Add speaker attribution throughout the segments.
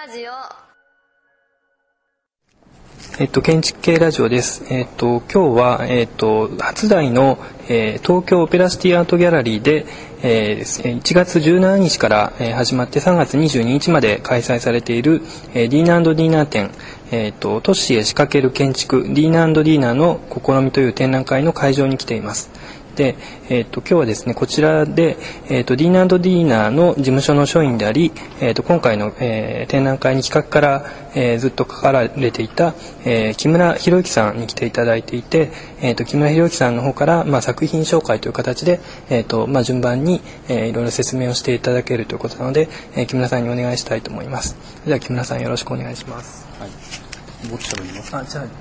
Speaker 1: ラジオ。
Speaker 2: 建築系ラジオです。今日は、初台の、東京オペラシティアートギャラリーで、1月17日から、始まって3月22日まで開催されている、ディーナ&ディーナ展、都市へ仕掛ける建築ディーナ&ディーナの試みという展覧会の会場に来ています。で、今日はですね、こちらで、ディーナ&ディーナの事務所の所員であり、今回の、展覧会に企画から、ずっと関わられていた、木村博之さんに来ていただいていて、木村博之さんの方から、作品紹介という形で、順番に、いろいろ説明をしていただけるということなので、木村さんにお願いしたいと思います。では木村さんよろしくお願いします。
Speaker 3: はい、僕喋ります。
Speaker 2: じゃあ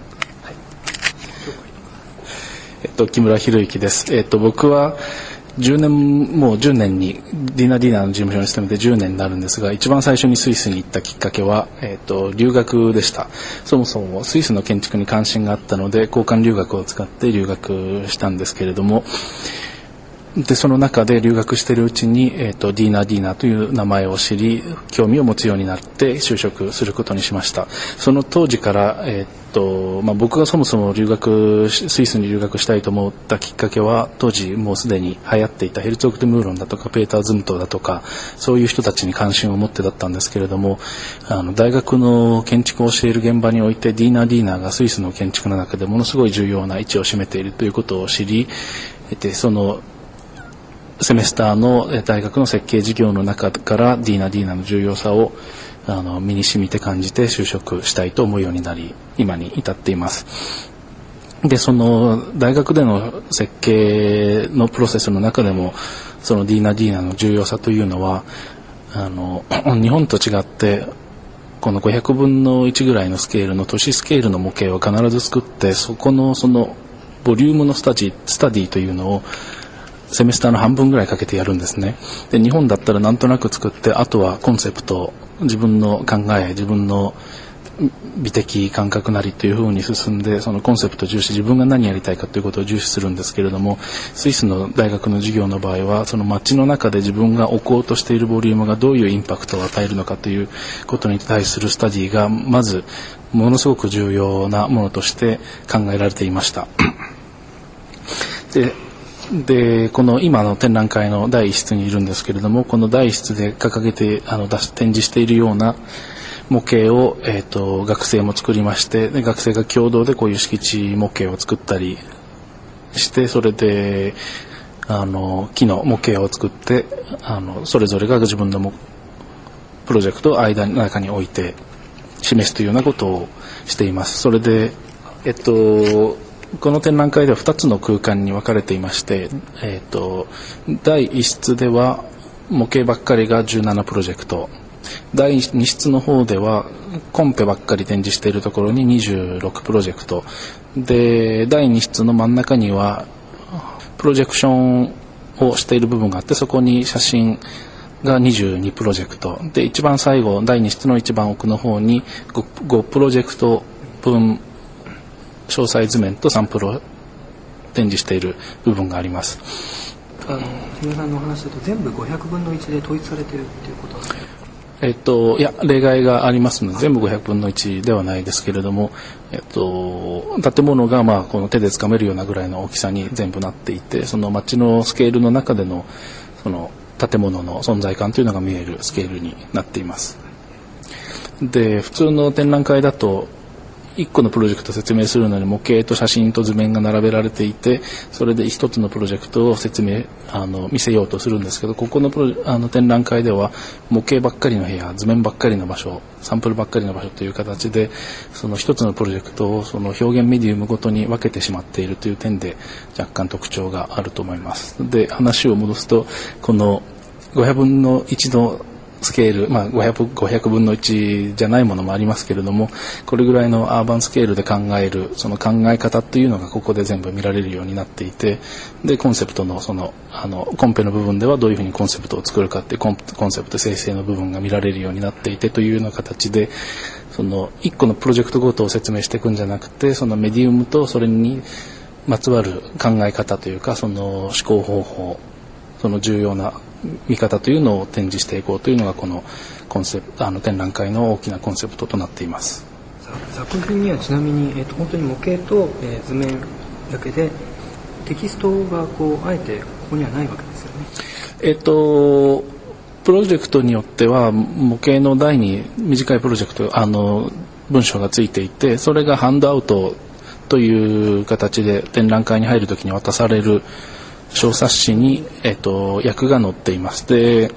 Speaker 3: 木村博之です。僕はもう10年にディーナの事務所に勤めて10年になるんですが、一番最初にスイスに行ったきっかけは、留学でした。そもそもスイスの建築に関心があったので交換留学を使って留学したんですけれども、でその中で留学しているうちに、ディーナという名前を知り興味を持つようになって就職することにしました。その当時から、僕がそもそもスイスに留学したいと思ったきっかけは、当時もうすでに流行っていたヘルツォグ・ドゥ・ムーロンだとかペーター・ズムトだとか、そういう人たちに関心を持ってだったんですけれども、大学の建築を教える現場においてディーナがスイスの建築の中でものすごい重要な位置を占めているということを知り、そのセメスターの大学の設計事業の中からディーナの重要さを身に染みて感じて就職したいと思うようになり、今に至っています。でその大学での設計のプロセスの中でも、そのディーナの重要さというのは日本と違って、この500分の1ぐらいのスケールの都市スケールの模型を必ず作って、そのボリュームのスタディというのをセメスターの半分ぐらいかけてやるんですね。で日本だったらなんとなく作って、あとはコンセプト、自分の考え、自分の美的感覚なりというふうに進んで、そのコンセプト重視、自分が何やりたいかということを重視するんですけれども、スイスの大学の授業の場合は、その街の中で自分が置こうとしているボリュームがどういうインパクトを与えるのかということに対するスタディがまずものすごく重要なものとして考えられていました。でこの今の展覧会の第一室にいるんですけれども、この第一室で掲げて展示しているような模型を、学生も作りまして、で学生が共同でこういう敷地模型を作ったりして、それで木の模型を作って、それぞれが自分のプロジェクトを中に置いて示すというようなことをしています。それでこの展覧会では2つの空間に分かれていまして、第1室では模型ばっかりが17プロジェクト、第2室の方ではコンペばっかり展示しているところに26プロジェクトで、第2室の真ん中にはプロジェクションをしている部分があって、そこに写真が22プロジェクトで、一番最後第2室の一番奥の方に 5プロジェクト分詳細図面とサンプルを展示している部分があります。
Speaker 2: 木村さんのお話だと全部500分の1で統一されているっていうことですね。
Speaker 3: いや例外がありますので、全部500分の1ではないですけれども、建物がこの手で掴めるようなぐらいの大きさに全部なっていて、その街のスケールの中でのその建物の存在感というのが見えるスケールになっています。で普通の展覧会だと1個のプロジェクトを説明するのに模型と写真と図面が並べられていて、それで1つのプロジェクトを見せようとするんですけど、ここの展覧会では模型ばっかりの部屋、図面ばっかりの場所、サンプルばっかりの場所という形で、その1つのプロジェクトをその表現メディウムごとに分けてしまっているという点で若干特徴があると思います。で話を戻すと、この500分の1のスケール、500分の1じゃないものもありますけれども、これぐらいのアーバンスケールで考えるその考え方というのがここで全部見られるようになっていて、でコンセプトのコンペの部分ではどういうふうにコンセプトを作るかっていうコンセプト生成の部分が見られるようになっていてというような形で、その1個のプロジェクトごとを説明していくんじゃなくて、そのメディウムとそれにまつわる考え方というか、その思考方法、 その重要な見方というのを展示していこうというのがこの展覧会の大きなコンセプトとなっています。
Speaker 2: 作品にはちなみに、本当に模型と、図面だけでテキストがあえてここにはないわけですよね。
Speaker 3: プロジェクトによっては模型の台に短いプロジェクト文章がついていて、それがハンドアウトという形で展覧会に入るときに渡される小冊子に、訳が載っています。で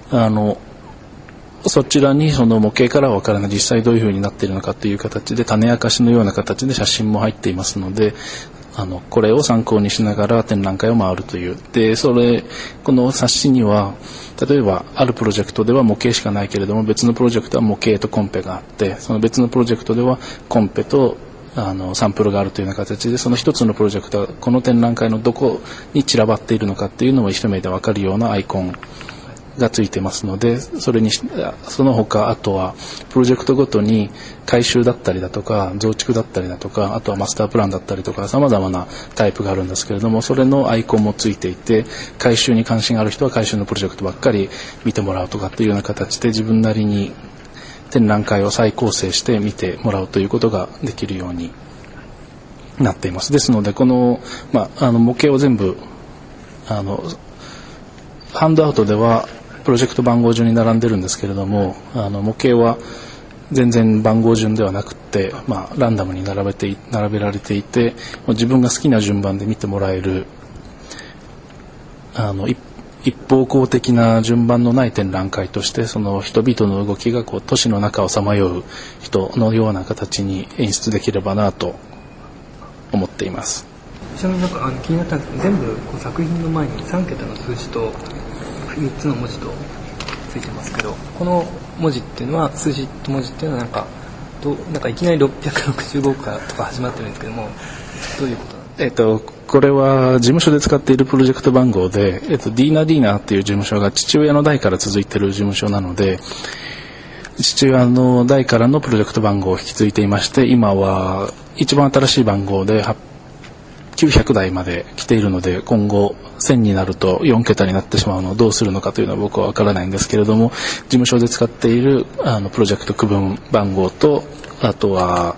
Speaker 3: そちらにその模型からは分からない実際どういうふうになっているのかという形で種明かしのような形で写真も入っていますので、これを参考にしながら展覧会を回るという。でこの冊子には例えばあるプロジェクトでは模型しかないけれども、別のプロジェクトは模型とコンペがあって、その別のプロジェクトではコンペとサンプルがあるというような形で、その一つのプロジェクトはこの展覧会のどこに散らばっているのかっていうのを一目で分かるようなアイコンがついてますので、その他あとはプロジェクトごとに改修だったりだとか増築だったりだとか、あとはマスタープランだったりとか様々なタイプがあるんですけれども、それのアイコンもついていて、改修に関心がある人は改修のプロジェクトばっかり見てもらうとかっていうような形で、自分なりに展覧会を再構成して見てもらうということができるようになっています。ですのでこの、模型を全部ハンドアウトではプロジェクト番号順に並んでるんですけれども、模型は全然番号順ではなくて、ランダムに並べられていて、自分が好きな順番で見てもらえる一方向的な順番のない展覧会として、その人々の動きが都市の中をさまよう人のような形に演出できればなと思っています。
Speaker 2: ちなみに気になったんですけど、全部作品の前に3桁の数字と3つの文字とついてますけど、この文字っていうのは、数字と文字っていうのはなんかいきなり665からとか始まってるんですけども、どういうことなんですか？
Speaker 3: これは事務所で使っているプロジェクト番号で、ディーナっていう事務所が父親の代から続いている事務所なので、父親の代からのプロジェクト番号を引き継いでいまして、今は一番新しい番号で900台まで来ているので、今後1000になると4桁になってしまうのをどうするのかというのは僕は分からないんですけれども、事務所で使っているプロジェクト区分番号と、あとは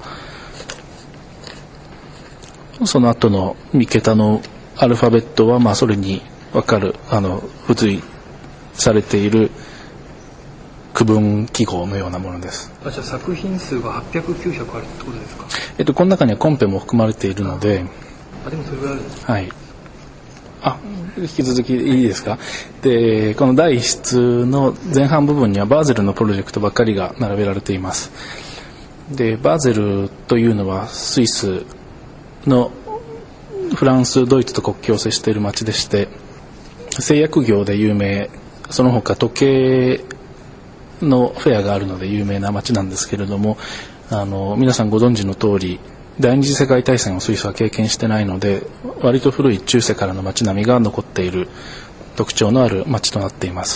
Speaker 3: その後の3桁のアルファベットはそれに分かる付随されている区分記号のようなものです。
Speaker 2: じゃあ作品数が800、900あるってことですか？
Speaker 3: この中にはコンペも含まれているので。
Speaker 2: でもそれぐらいあるんですか？
Speaker 3: はい。引き続きいいですか？で、この第一室の前半部分にはバーゼルのプロジェクトばっかりが並べられています。で、バーゼルというのはスイスのフランス、ドイツと国境を接している町でして、製薬業で有名、その他時計のフェアがあるので有名な町なんですけれども、皆さんご存知の通り、第二次世界大戦をスイスは経験してないので、割と古い中世からの街並みが残っている特徴のある街となっています。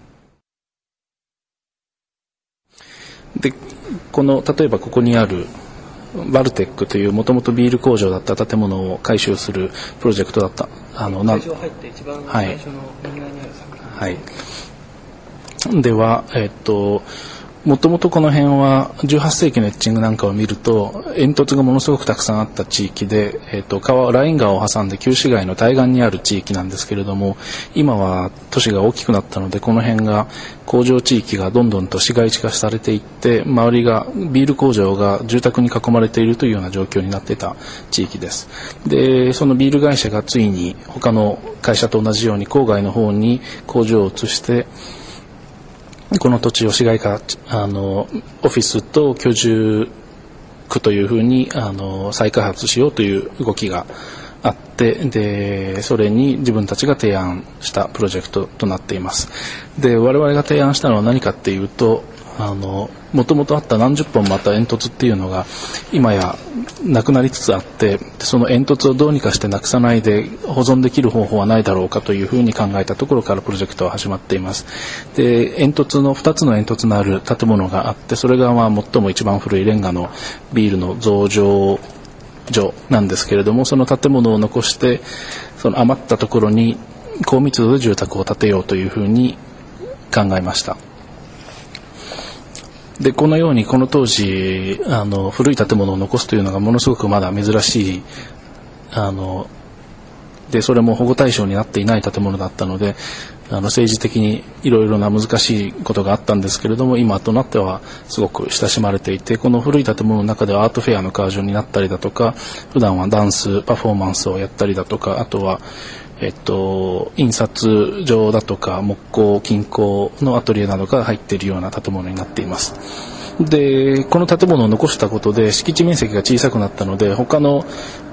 Speaker 3: で、例えばここにあるバルテックというもともとビール工場だった建物を改修するプロジェクトだった。
Speaker 2: 会場入って一番最初の右側にある作品。
Speaker 3: はい。では、もともとこの辺は18世紀のエッチングなんかを見ると煙突がものすごくたくさんあった地域で、ライン川を挟んで旧市街の対岸にある地域なんですけれども、今は都市が大きくなったので、この辺が工場地域がどんどんと市街地化されていって、周りがビール工場が住宅に囲まれているというような状況になっていた地域です。で、そのビール会社がついに他の会社と同じように郊外の方に工場を移して、この土地を市街化、オフィスと居住区というふうに再開発しようという動きがあって、でそれに自分たちが提案したプロジェクトとなっています。で、我々が提案したのは何かっていうと、もともとあった何十本もあった煙突っていうのが今やなくなりつつあって、その煙突をどうにかしてなくさないで保存できる方法はないだろうかというふうに考えたところからプロジェクトは始まっています。で、2つの煙突のある建物があって、それが最も一番古いレンガのビールの増上所なんですけれども、その建物を残して、その余ったところに高密度で住宅を建てようというふうに考えました。でこのようにこの当時古い建物を残すというのがものすごくまだ珍しいでそれも保護対象になっていない建物だったので政治的にいろいろな難しいことがあったんですけれども、今となってはすごく親しまれていて、この古い建物の中ではアートフェアの会場になったりだとか、普段はダンスパフォーマンスをやったりだとか、あとは印刷所だとか木工金工のアトリエなどが入っているような建物になっています。でこの建物を残したことで敷地面積が小さくなったので、他の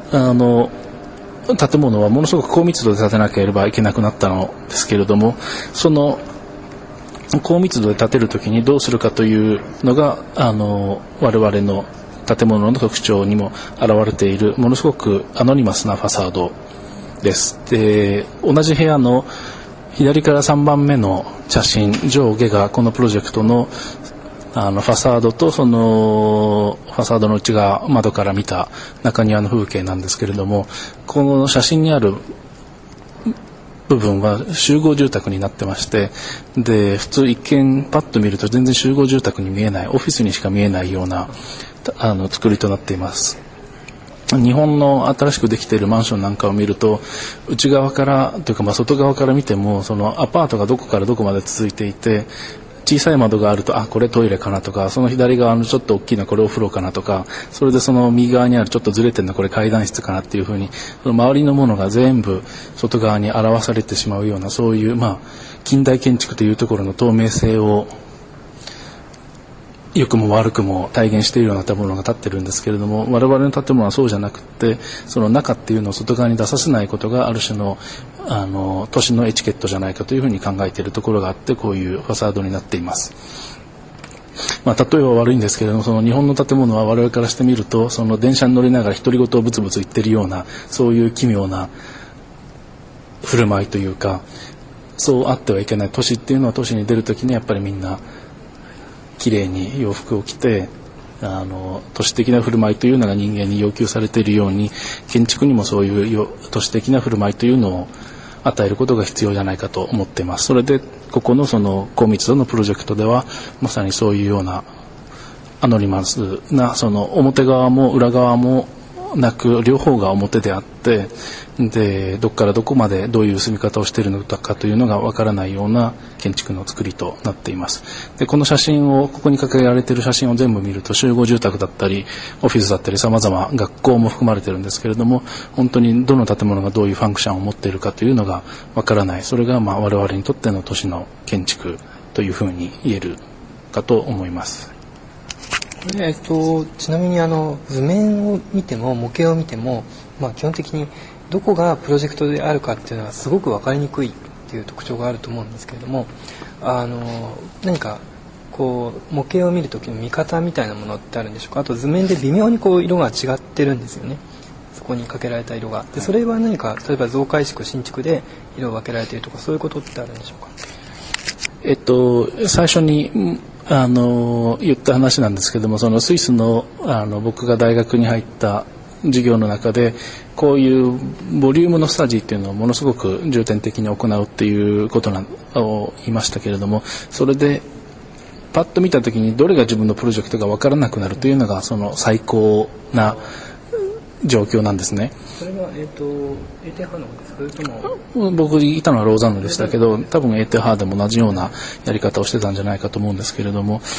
Speaker 3: 建物はものすごく高密度で建てなければいけなくなったのですけれども、その高密度で建てるときにどうするかというのが我々の建物の特徴にも表れているものすごくアノニマスなファサードです。で同じ部屋の左から3番目の写真、上下がこのプロジェクトのファサードとそのファサードの内側窓から見た中庭の風景なんですけれども、この写真にある部分は集合住宅になってまして、で普通一見パッと見ると全然集合住宅に見えない、オフィスにしか見えないような作りとなっています。日本の新しくできているマンションなんかを見ると、内側からというか外側から見てもそのアパートがどこからどこまで続いていて、小さい窓があるとこれトイレかなとか、その左側のちょっと大きいのこれお風呂かなとか、それでその右側にあるちょっとずれてるのこれ階段室かなっていうふうに、その周りのものが全部外側に表されてしまうような、そういう近代建築というところの透明性を良くも悪くも体現しているような建物が建ってるんですけれども、我々の建物はそうじゃなくて、その中っていうのを外側に出させないことがある種の都市のエチケットじゃないかというふうに考えているところがあって、こういうファサードになっています。例えば悪いんですけれども、その日本の建物は我々からしてみると、その電車に乗りながら独り言をブツブツ言ってるような、そういう奇妙な振る舞いというか、そうあってはいけない。都市っていうのは都市に出るときにやっぱりみんな綺麗に洋服を着て、都市的な振る舞いというのが人間に要求されているように、建築にもそういう都市的な振る舞いというのを与えることが必要じゃないかと思っています。それでここのその高密度のプロジェクトではまさにそういうようなアノニマスな、その表側も裏側もなく両方が表であって、でどこからどこまでどういう住み方をしているのかというのがわからないような建築の作りとなっています。でこの写真を、ここに掲げられている写真を全部見ると、集合住宅だったりオフィスだったり様々、学校も含まれているんですけれども、本当にどの建物がどういうファンクションを持っているかというのがわからない。それが我々にとっての都市の建築というふうに言えるかと思います。
Speaker 2: ちなみに図面を見ても模型を見ても、基本的にどこがプロジェクトであるかっていうのはすごく分かりにくいっていう特徴があると思うんですけれども、何かこう模型を見るときの見方みたいなものってあるんでしょうか。あと図面で微妙にこう色が違ってるんですよね、そこにかけられた色が。でそれは何か例えば増改築新築で色を分けられているとか、そういうことってあるんでしょうか。
Speaker 3: 最初に言った話なんですけども、そのスイスの僕が大学に入った授業の中で、こういうボリュームのスタディっていうのをものすごく重点的に行うっていうことを言いましたけれども、それでパッと見た時にどれが自分のプロジェクトが分からなくなるというのがその最高な状況なんですね。
Speaker 2: それはエーテハの方ですか。それとも
Speaker 3: 僕いたのはローザンヌでしたけど、多分エーテハでも同じようなやり方をしてたんじゃないかと思うんですけれども、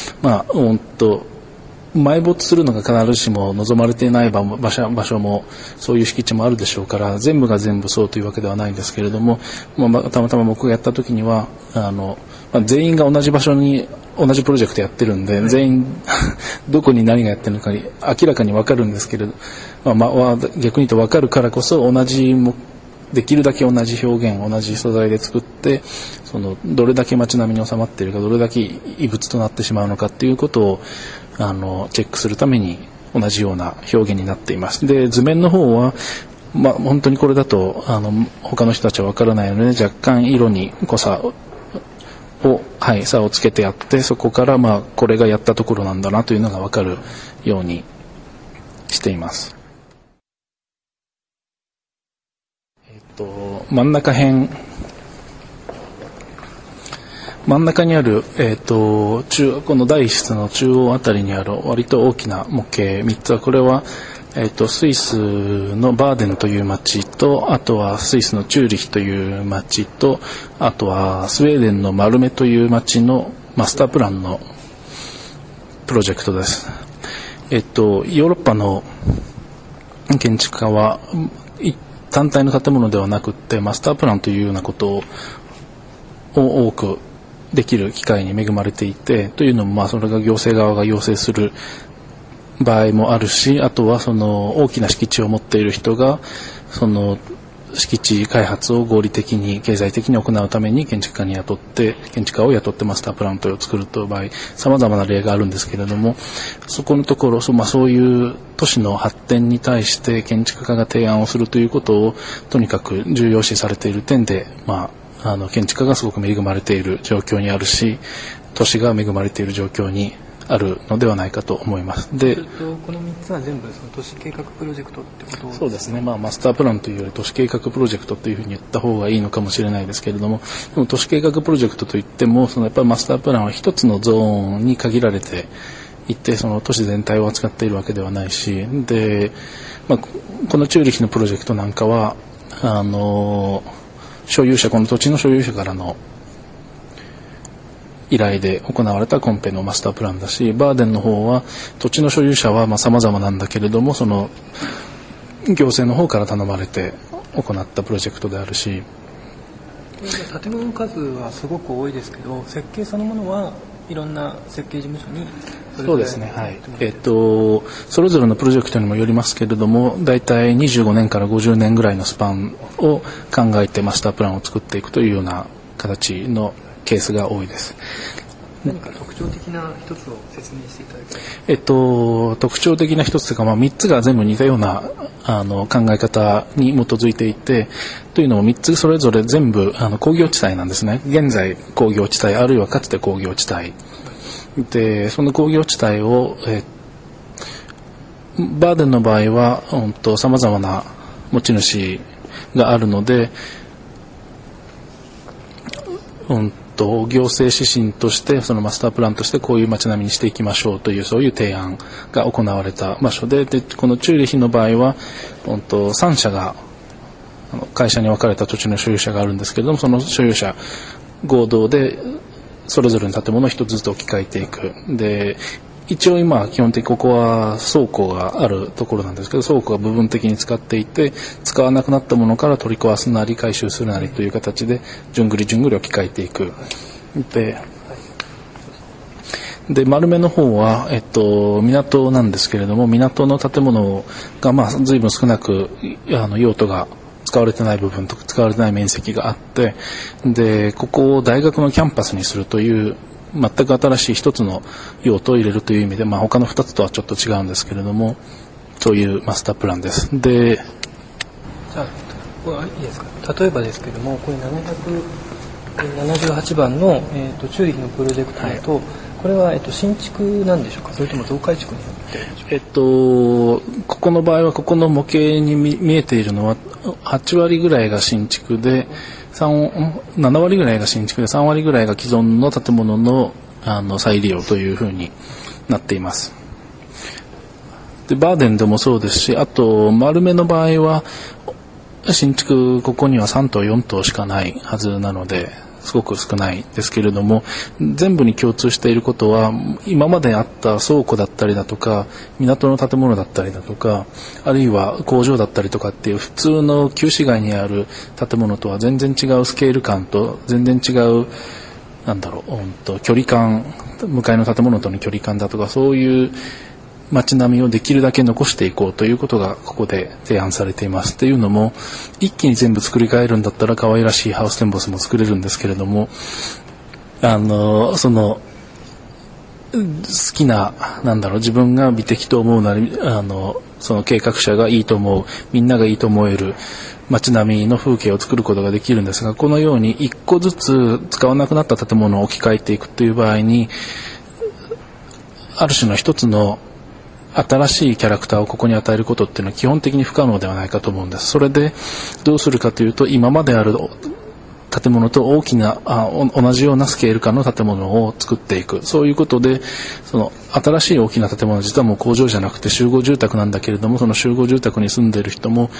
Speaker 3: 埋没するのが必ずしも望まれていない場所もそういう敷地もあるでしょうから、全部が全部そうというわけではないんですけれども、たまたま僕がやった時には全員が同じ場所に同じプロジェクトやってるんで、全員どこに何がやってるのか明らかに分かるんですけれど、逆に言うと分かるからこそできるだけ同じ表現同じ素材で作って、そのどれだけ街並みに収まっているか、どれだけ異物となってしまうのかっていうことをチェックするために同じような表現になっています。で図面の方は本当にこれだと他の人たちは分からないので、若干色に濃さを差をつけてやって、そこからこれがやったところなんだなというのが分かるようにしています。真ん中辺真ん中にある、この第一室の中央あたりにある割と大きな模型3つは、これは、スイスのバーデンという町と、あとはスイスのチューリヒという町と、あとはスウェーデンのマルメという町のマスタープランのプロジェクトです。ヨーロッパの建築家は単体の建物ではなくってマスタープランというようなことを多くできる機会に恵まれていて、というのもそれが行政側が要請する場合もあるし、あとはその大きな敷地を持っている人がその敷地開発を合理的に経済的に行うために建築家を雇ってマスタープランを作るという場合、様々な例があるんですけれども、そこのところそういう都市の発展に対して建築家が提案をするということをとにかく重要視されている点で、建築家がすごく恵まれている状況にあるし、都市が恵まれている状況にあるのではないかと思います。で、
Speaker 2: この3つは全部その都市計画プロジェクトってことですか？
Speaker 3: そうですね、マスタープランというより都市計画プロジェクトというふうに言った方がいいのかもしれないですけれども、でも都市計画プロジェクトといってもやっぱりマスタープランは一つのゾーンに限られていて、その都市全体を扱っているわけではないし、で、このチューリヒのプロジェクトなんかはこの土地の所有者からの依頼で行われたコンペのマスタープランだし、バーデンの方は土地の所有者は様々なんだけれども、その行政の方から頼まれて行ったプロジェクトであるし、
Speaker 2: 建物の数はすごく多いですけど、設計そのものはいろんな設計事務所に
Speaker 3: そうですね、はい。それぞれのプロジェクトにもよりますけれども、だいたい25年から50年ぐらいのスパンを考えてマスタープランを作っていくというような形のケースが多いです。
Speaker 2: 何か特徴的な一つを説明していただけますか？
Speaker 3: 特徴的な一つというか、3つが全部似たような考え方に基づいていて、というのも3つそれぞれ全部工業地帯なんですね。現在工業地帯、あるいはかつて工業地帯で、その工業地帯を、バーデンの場合は様々な持ち主があるので、行政指針としてそのマスタープランとしてこういう街並みにしていきましょうというそういう提案が行われた場所で、このチューリヒの場合は3社が会社に分かれた土地の所有者があるんですけれども、その所有者合同でそれぞれの建物を一つずつ置き換えていく。で、一応今基本的にここは倉庫があるところなんですけど、倉庫が部分的に使っていて、使わなくなったものから取り壊すなり回収するなりという形でじゅんぐり置き換えていく。で丸目の方は、港なんですけれども、港の建物が随分少なく用途が使われてない部分と使われてない面積があって、でここを大学のキャンパスにするという全く新しい一つの用途を入れるという意味で、他の二つとはちょっと違うんですけれども、そういうマスタープランです。で、
Speaker 2: じゃあいいですか。例えばですけれども、これ778番の、チューリヒのプロジェクトだと、これは、新築なんでしょうか、それとも増改築になっているんでしょうか？
Speaker 3: ここの場合はここの模型に見えているのは8割ぐらいが新築で、7割ぐらいが新築で3割ぐらいが既存の建物の再利用というふうになっています。でバーデンでもそうですし、あと丸目の場合は新築ここには3棟4棟しかないはずなのですごく少ないですけれども、全部に共通していることは今まであった倉庫だったりだとか港の建物だったりだとか、あるいは工場だったりとかっていう普通の旧市街にある建物とは全然違うスケール感と全然違う距離感、向かいの建物との距離感だとか、そういう街並みをできるだけ残していこうということがここで提案されています。というのも、一気に全部作り変えるんだったら可愛らしいハウステンボスも作れるんですけれども、その好きな自分が美的と思うなりその計画者がいいと思う、みんながいいと思える街並みの風景を作ることができるんですが、このように一個ずつ使わなくなった建物を置き換えていくという場合に、ある種の一つの新しいキャラクターをここに与えることっていうのは基本的に不可能ではないかと思うんです。それでどうするかというと、今まである建物と大きな同じようなスケール感の建物を作っていく、そういうことでその新しい大きな建物は実はもう工場じゃなくて集合住宅なんだけれども、その集合住宅に住んでいる人も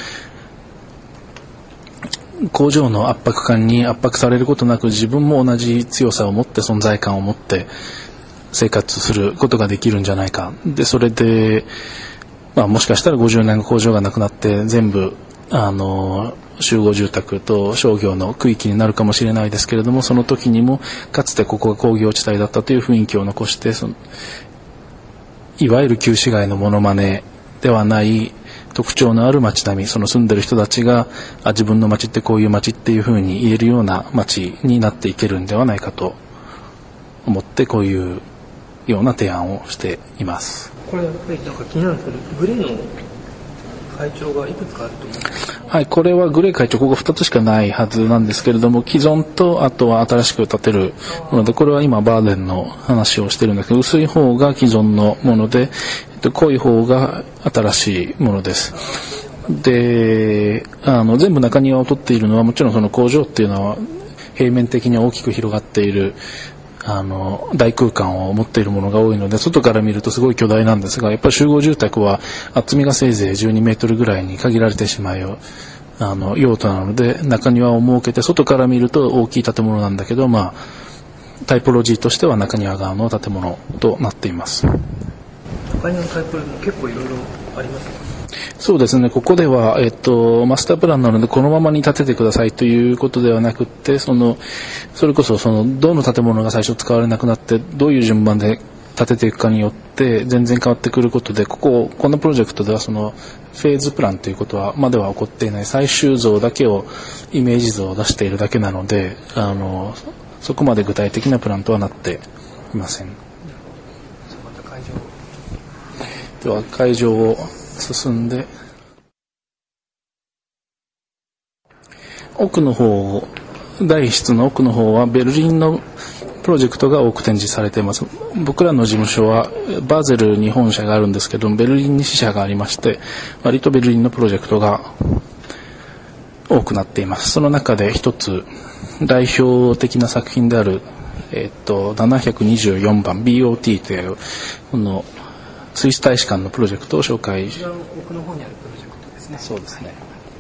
Speaker 3: 工場の圧迫感に圧迫されることなく、自分も同じ強さを持って存在感を持って生活することができるんじゃないか。でそれで、もしかしたら50年後工場がなくなって全部集合住宅と商業の区域になるかもしれないですけれども、その時にもかつてここが工業地帯だったという雰囲気を残して、いわゆる旧市街のモノマネではない特徴のある街並み、その住んでる人たちが自分の街ってこういう街っていうふうに言えるような街になっていけるんではないかと思って、こういうような提案をしています。
Speaker 2: これやっぱりなんか気になるんですけど、グレーの会長がいくつかあると思うんですか？
Speaker 3: はい、これはグレー会長ここ2つしかないはずなんですけれども、既存とあとは新しく建てるので、これは今バーデンの話をしてるんですけど、薄い方が既存のもので、濃い方が新しいものです。で全部中庭を取っているのは、もちろんその工場っていうのは平面的に大きく広がっている大空間を持っているものが多いので、外から見るとすごい巨大なんですが、やっぱり集合住宅は厚みがせいぜい12メートルぐらいに限られてしまう用途なので、中庭を設けて外から見ると大きい建物なんだけど、タイポロジーとしては中庭側の建物となっています。
Speaker 2: 中庭のタイポロジーも結構いろいろありますか？
Speaker 3: そうですね、ここでは、マスタープランなのでこのままに建ててくださいということではなくて、それこそどの建物が最初使われなくなってどういう順番で建てていくかによって全然変わってくることで、このプロジェクトではフェーズプランということはまでは起こっていない、最終像だけをイメージ図を出しているだけなので、そこまで具体的なプランとはなっていません。では会場を進んで、奥の方、第一室の奥の方はベルリンのプロジェクトが多く展示されています。僕らの事務所はバーゼルに本社があるんですけど、ベルリンに支社がありまして、割とベルリンのプロジェクトが多くなっています。その中で一つ代表的な作品である、724番 BOT というこのスイス大使館のプロジェクトを紹介。
Speaker 2: 一番奥の方にあるプロジェクトですね。
Speaker 3: そうですね。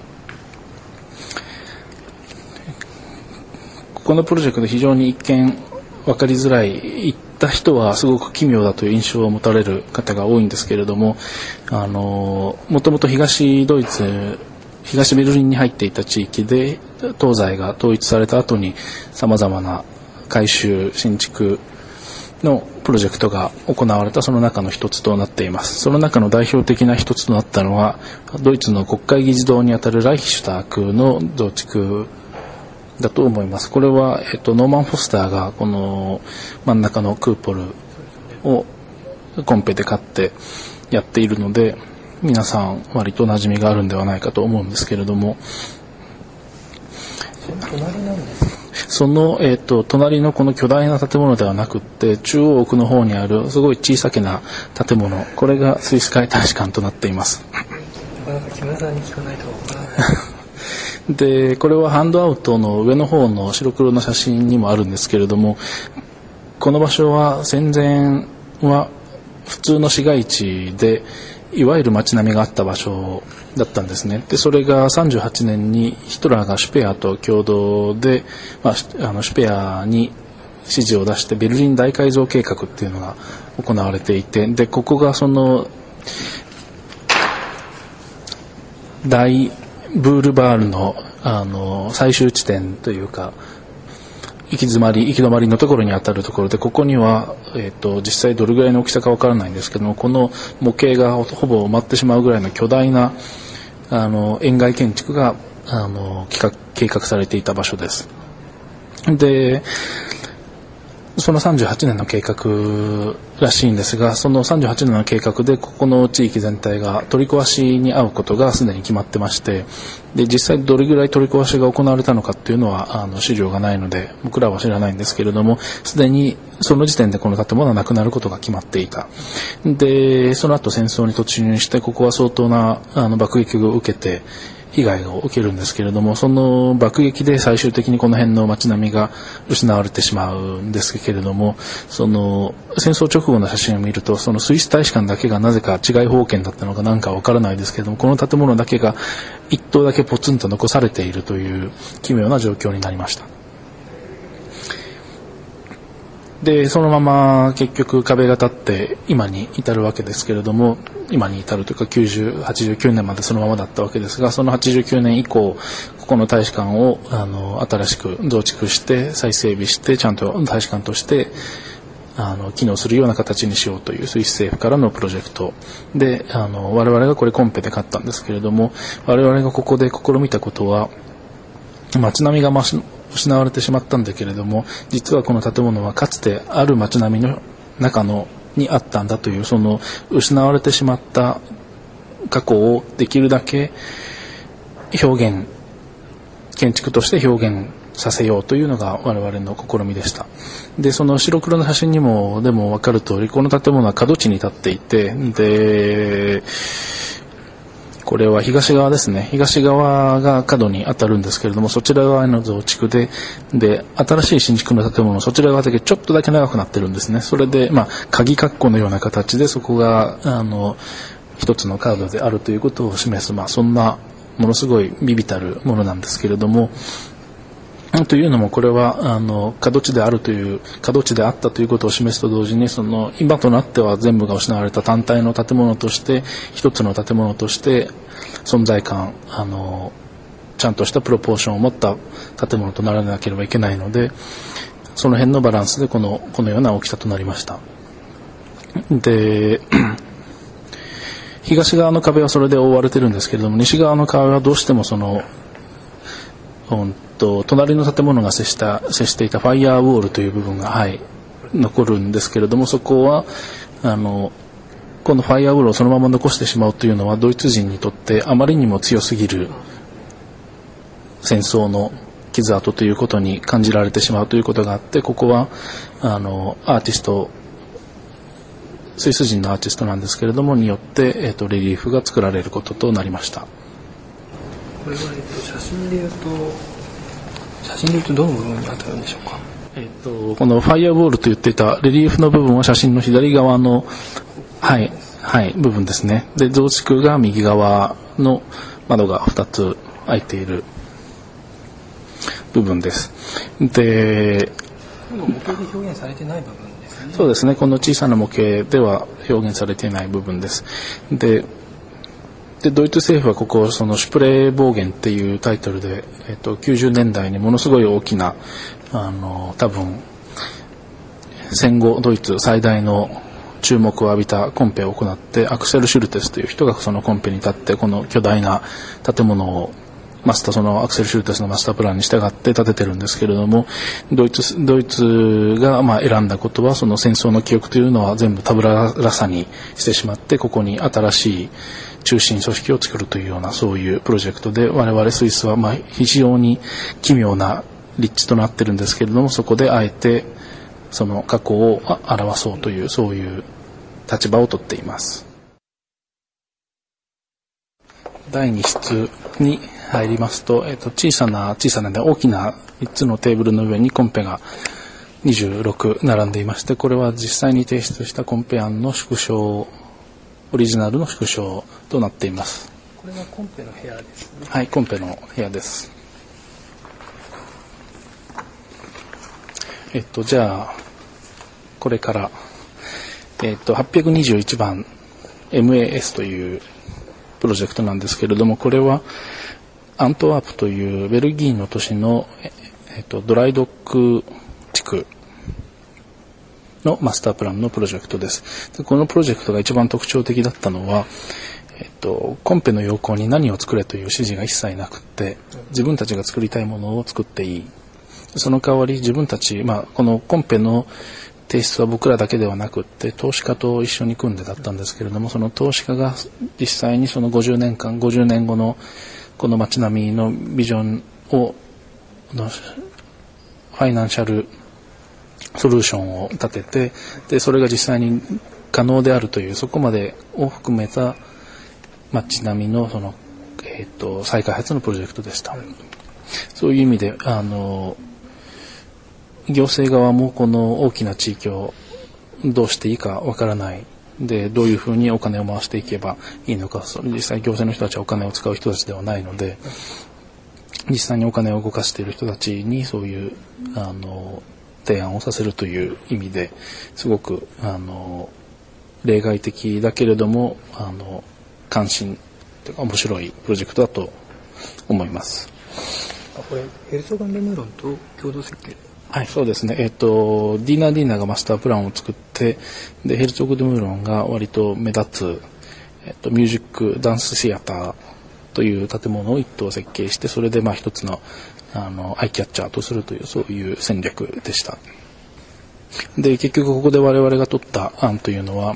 Speaker 3: このプロジェクト非常に一見分かりづらい、行った人はすごく奇妙だという印象を持たれる方が多いんですけれども、もともと東ベルリンに入っていた地域で東西が統一された後にさまざまな改修新築のプロジェクトが行われた、その中の一つとなっています。その中の代表的な一つとなったのはドイツの国会議事堂にあたるライヒシュタークの増築だと思います。これは、ノーマン・フォスターがこの真ん中のクーポルをコンペで買ってやっているので、皆さん割と馴染みがあるんではないかと思うんですけれども、隣のこの巨大な建物ではなくって、中央奥の方にあるすごい小さな建物、これがスイス海大使館となっています。
Speaker 2: なかなか木村さんに聞かないと分からない
Speaker 3: でこれはハンドアウトの上の方の白黒の写真にもあるんですけれども、この場所は戦前は普通の市街地でいわゆる街並みがあった場所だったんですね。でそれが38年にヒトラーがシュペアと共同で、シュペアに指示を出してベルリン大改造計画っていうのが行われていて、でここがその大ブールバールの、最終地点というか行き止まりのところに当たるところで、ここには、実際どれぐらいの大きさかわからないんですけども、この模型がほぼ埋まってしまうぐらいの巨大な円外建築が計画されていた場所です。でその38年の計画らしいんですが、その38年の計画でここの地域全体が取り壊しに遭うことがすでに決まってまして、で実際どれぐらい取り壊しが行われたのかっていうのは資料がないので僕らは知らないんですけれども、すでにその時点でこの建物はなくなることが決まっていた。でその後戦争に突入して、ここは相当な爆撃を受けて被害を受けるんですけれども、その爆撃で最終的にこの辺の街並みが失われてしまうんですけれども、その戦争直後の写真を見ると、そのスイス大使館だけがなぜか治外法権だったのかなんかわからないですけれども、この建物だけが一棟だけポツンと残されているという奇妙な状況になりました。で、そのまま結局壁が立って今に至るわけですけれども、今に至るというか89年までそのままだったわけですが、その89年以降、ここの大使館を新しく増築して再整備して、ちゃんと大使館として機能するような形にしようというスイス政府からのプロジェクトで、我々がこれコンペで買ったんですけれども、我々がここで試みたことは、街並みが失われてしまったんだけれども、実はこの建物はかつてある街並みの中にあったんだという、その失われてしまった過去をできるだけ建築として表現させようというのが我々の試みでした。で、その白黒の写真にもでも分かる通り、この建物は角地に立っていて、で、これは東側ですね。東側が角に当たるんですけれども、そちら側への増築で、新しい新築の建物、そちら側だけちょっとだけ長くなってるんですね。それで、鍵括弧のような形で、そこが、一つのカードであるということを示す、そんな、ものすごい微々たるものなんですけれども、というのもこれは角地であったということを示すと同時に、その今となっては全部が失われた単体の建物として一つの建物として存在感ちゃんとしたプロポーションを持った建物とならなければいけないので、その辺のバランスでこのような大きさとなりました。で、東側の壁はそれで覆われてるんですけれども、西側の壁はどうしても隣の建物が接していたファイヤーウォールという部分が、残るんですけれども、そこはこのファイヤーウォールをそのまま残してしまうというのはドイツ人にとってあまりにも強すぎる戦争の傷跡ということに感じられてしまうということがあって、ここはアーティスト、スイス人のアーティストなんですけれどもによって、レリーフが作られることとなりました。
Speaker 2: これは、写真でいうとどの部分に当たるんでしょうか。
Speaker 3: このファイアウォールと言っていたレリーフの部分は写真の左側の部分ですね。で、増築が右側の窓が2つ開いている部分です。で、
Speaker 2: 模型で表現されてない部分ですね。
Speaker 3: そうですね。この小さな模型では表現されていない部分です。で、ドイツ政府はここをそのシュプレーボーゲンっていうタイトルで、90年代にものすごい大きな多分戦後ドイツ最大の注目を浴びたコンペを行って、アクセル・シュルテスという人がそのコンペに立ってこの巨大な建物をそのアクセル・シュルテスのマスタープランに従って建ててるんですけれども、ドイツが選んだことは、その戦争の記憶というのは全部タブララサにしてしまって、ここに新しい中心組織を作るというような、そういうプロジェクトで、我々スイスは非常に奇妙な立地となってるんですけれども、そこであえてその過去を表そうという、そういう立場をとっています。第2室に入りますと、小さなで大きな3つのテーブルの上にコンペが26並んでいまして、これは実際に提出したコンペ案の縮小、オリジナルの縮小となっています。
Speaker 2: これがコンペの部屋ですね。
Speaker 3: はい、コンペの部屋です。じゃあこれから821番 MAS というプロジェクトなんですけれども、これはアントワープというベルギーの都市の、ドライドック地区のマスタープランのプロジェクトです。で、このプロジェクトが一番特徴的だったのは、コンペの要項に何を作れという指示が一切なくって、自分たちが作りたいものを作っていい。その代わり自分たち、このコンペの提出は僕らだけではなくって、投資家と一緒に組んでだったんですけれども、その投資家が実際にその50年後のこの街並みのビジョンを、ファイナンシャルソリューションを立てて、で、それが実際に可能であるという、そこまでを含めた街並みのその再開発のプロジェクトでした。そういう意味で行政側もこの大きな地域をどうしていいかわからないで、どういうふうにお金を回していけばいいのか、実際行政の人たちはお金を使う人たちではないので、実際にお金を動かしている人たちにそういう提案をさせるという意味ですごく例外的だけれども関心というか面白いプロジェクトだと思います。
Speaker 2: これヘルツォグ・デ・ムーロンと共同設計。
Speaker 3: はい、そうですね。ディーナがマスタープランを作って、でヘルツォグ・デ・ムーロンが割と目立つ、ミュージックダンスシアターという建物を一棟設計して、それで一つのアイキャッチャーとするというそういう戦略でした。で結局ここで我々が取った案というのは、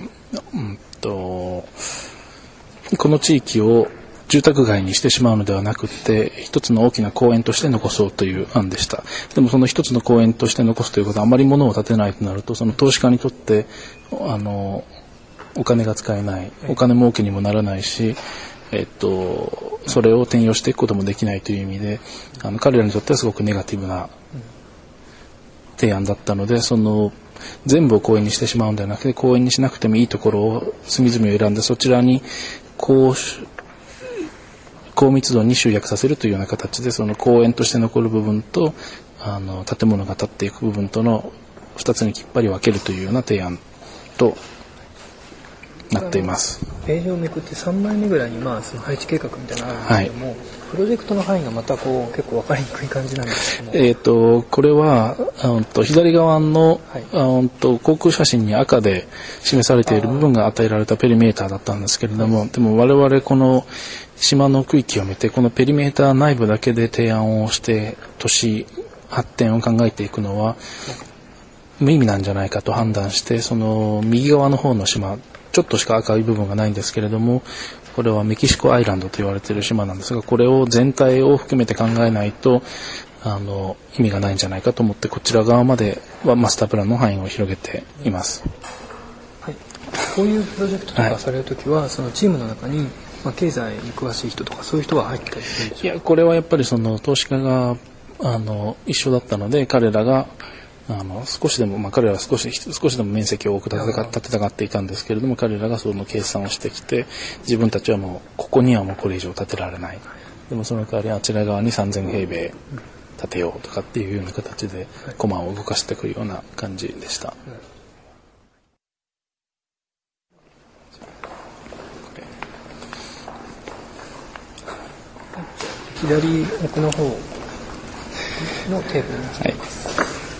Speaker 3: この地域を住宅街にしてしまうのではなくて一つの大きな公園として残そうという案でした。でもその一つの公園として残すということはあまり物を建てないとなると、その投資家にとってお金が使えない、お金儲けにもならないし、それを転用していくこともできないという意味で彼らにとってはすごくネガティブな提案だったので、全部を公園にしてしまうんではなくて、公園にしなくてもいいところを隅々を選んでそちらに高密度に集約させるというような形で、その公園として残る部分と建物が建っていく部分との2つにきっぱり分けるというような提案となっています。
Speaker 2: ページをめくって3枚目ぐらいにその配置計画みたいなのがあるんですけども、プロジェクトの範囲がまた結構分かりにくい感じなんですけども、
Speaker 3: これは左側の、航空写真に赤で示されている部分が与えられたペリメーターだったんですけれども、でも我々この島の区域を見てこのペリメーター内部だけで提案をして都市発展を考えていくのは無意味なんじゃないかと判断して、その右側の方の島ちょっとしか赤い部分がないんですけれども、これはメキシコアイランドと言われている島なんですが、これを全体を含めて考えないと意味がないんじゃないかと思って、こちら側まではマスタープランの範囲を広げています。
Speaker 2: はい、こういうプロジェクトとかされるときは、そのチームの中に経済に詳しい人とかそういう人が入ったりするんですか？
Speaker 3: いや、これはやっぱりその投資家が一緒だったので、彼らが少しでも、彼らは少しでも面積を多く建てたがっていたんですけれども、彼らがその計算をしてきて、自分たちはもうここにはもうこれ以上建てられない、でもその代わりあちら側に3000平米建てようとかっていうような形で駒を動かしてくるような感じでした。
Speaker 2: 左奥の方のテーブルになっています。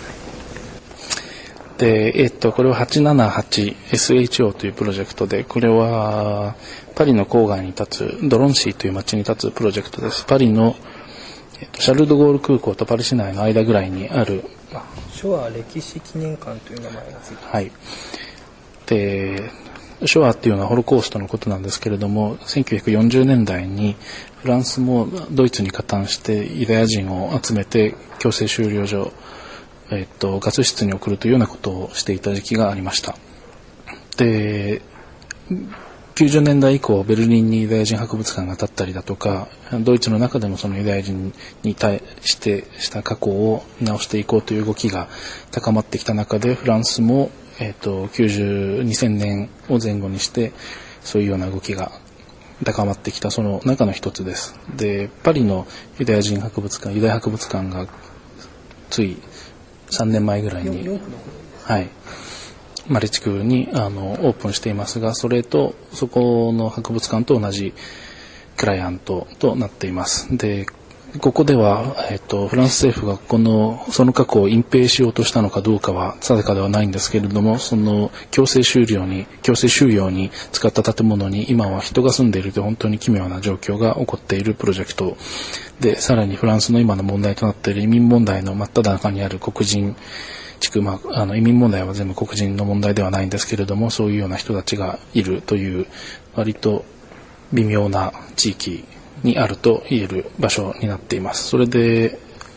Speaker 3: で、これは 878SHO というプロジェクトで、これはパリの郊外に立つドロンシーという町に立つプロジェクトです。パリの、シャルル・ド・ゴール空港とパリ市内の間ぐらいにある
Speaker 2: ショア歴史記念館という名前がついています。
Speaker 3: はい。で、ショアっていうのはホロコーストのことなんですけれども、1940年代にフランスもドイツに加担してユダヤ人を集めて強制収容所、ガス室に送るというようなことをしていた時期がありました。で、90年代以降ベルリンにユダヤ人博物館が建ったりだとか、ドイツの中でもそのユダヤ人に対してした過去を直していこうという動きが高まってきた中で、フランスも2000年を前後にしてそういうような動きが高まってきたその中の一つです。で、パリのユダヤ人博物館、ユダヤ博物館がつい3年前ぐらいに、はい、マレ地区にオープンしていますが、そこの博物館と同じクライアントとなっています。で、ここでは、フランス政府がその過去を隠蔽しようとしたのかどうかは定かではないんですけれども、その強制収容に使った建物に今は人が住んでいるという本当に奇妙な状況が起こっているプロジェクトで、さらにフランスの今の問題となっている移民問題の真っ只中にある黒人地区、移民問題は全部黒人の問題ではないんですけれども、そういうような人たちがいるという割と微妙な地域にあると言える場所になっています。それで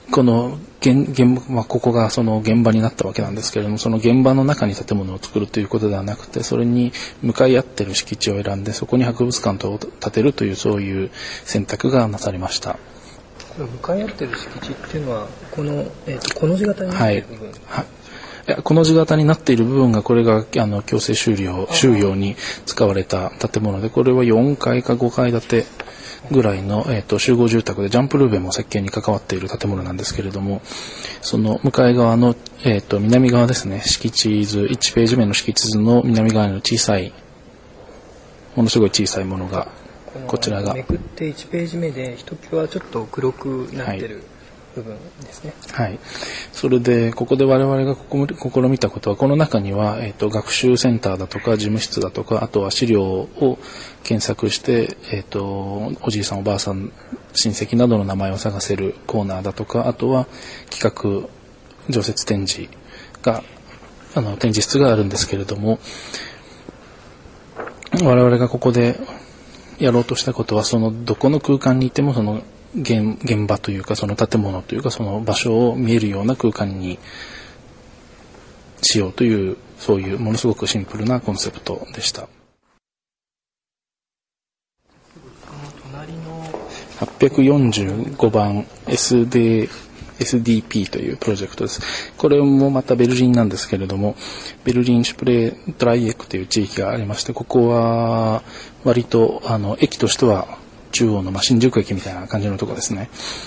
Speaker 3: このここがその現場になったわけなんですけれども、その現場の中に建物を作るということではなくて、それに向かい合っている敷地を選んで、そこに博物館を建てるという、そういう選択がなされました。
Speaker 2: 向かい合っている敷地っていうのはこの、この字型になっている部分、
Speaker 3: この字型になっている部分が、これが強制収容に使われた建物で、これは4階か5階建てぐらいの、集合住宅で、ジャンプルーベも設計に関わっている建物なんですけれども、その向かい側の、南側ですね、敷地図、1ページ目の敷地図の南側の小さい、ものすごい小さいものが、こちらが。
Speaker 2: めくって1ページ目で、ひときわちょっと黒くなってる部分ですね。
Speaker 3: はい。それで、ここで我々が試みたことは、この中には、学習センターだとか、事務室だとか、あとは資料を検索して、おじいさんおばあさん、親戚などの名前を探せるコーナーだとか、あとは企画、常設展示が、展示室があるんですけれども、我々がここでやろうとしたことは、そのどこの空間にいても、その現場というか、その建物というか、その場所を見えるような空間にしようという、そういうものすごくシンプルなコンセプトでした。845番 SDP というプロジェクトです。これもまたベルリンなんですけれども、ベルリンシュプレードライエクという地域がありまして、ここは割と駅としては中央の新宿駅みたいな感じのところですね。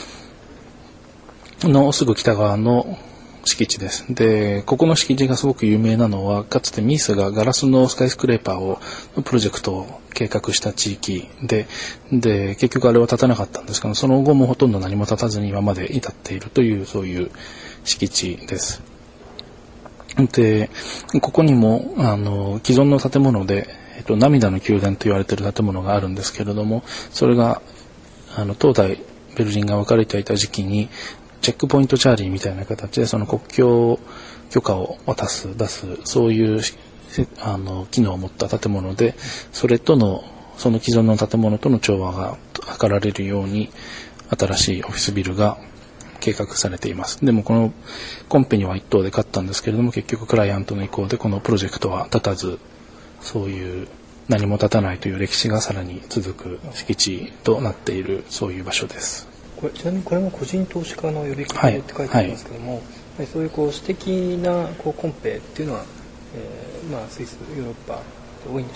Speaker 3: のすぐ北側の敷地です。で、ここの敷地がすごく有名なのは、かつてミースがガラスのスカイスクレーパーのプロジェクトを計画した地域で、結局あれは建たなかったんですけど、その後もほとんど何も建たずに今まで至っているという、そういう敷地です。で、ここにも、既存の建物で、涙の宮殿と言われている建物があるんですけれども、それが、東西ベルリンが分かれていた時期に、チェックポイントチャーリーみたいな形でその国境許可を出す、そういう機能を持った建物で、その既存の建物との調和が図られるように、新しいオフィスビルが計画されています。でもこのコンペには一等で勝ったんですけれども、結局クライアントの意向でこのプロジェクトは立たず、そういう何も立たないという歴史がさらに続く敷地となっている、そういう場所です。
Speaker 2: ちなみにこれも個人投資家の呼びかけって書いてありますけども、そういう私的なコンペっていうのは、スイス、ヨーロッパ多いんでし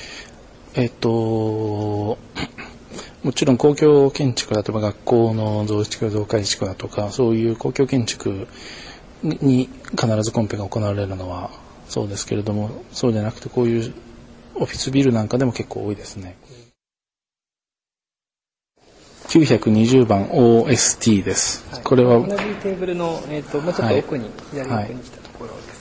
Speaker 2: ょうか？
Speaker 3: もちろん公共建築、例えば学校の増築増改築だとか、そういう公共建築に必ずコンペが行われるのはそうですけれども、そうじゃなくてこういうオフィスビルなんかでも結構多いですね。920番 OST です。これは
Speaker 2: 同じテーブルの、もうちょっと奥に、左奥に来たところです。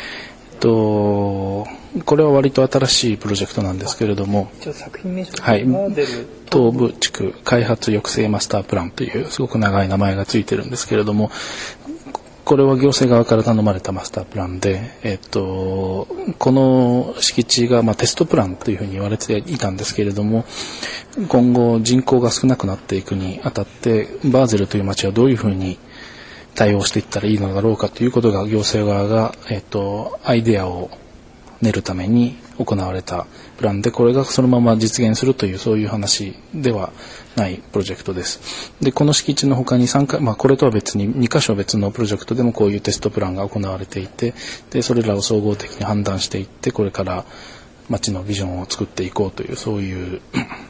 Speaker 3: これは割と新しいプロジェクトなんですけれども、
Speaker 2: 一応作品名称、
Speaker 3: はい、東部地区開発抑制マスタープランというすごく長い名前がついてるんですけれども、これは行政側から頼まれたマスタープランで、この敷地が、テストプランというふうに言われていたんですけれども、今後人口が少なくなっていくにあたって、バーゼルという街はどういうふうに対応していったらいいのだろうかということが、行政側が、アイデアを練るために行われたプランで、これがそのまま実現するという、そういう話ではないプロジェクトです。で、この敷地の他に3回、これとは別に2カ所別のプロジェクトでもこういうテストプランが行われていて、で、それらを総合的に判断していって、これから街のビジョンを作っていこうという、そういう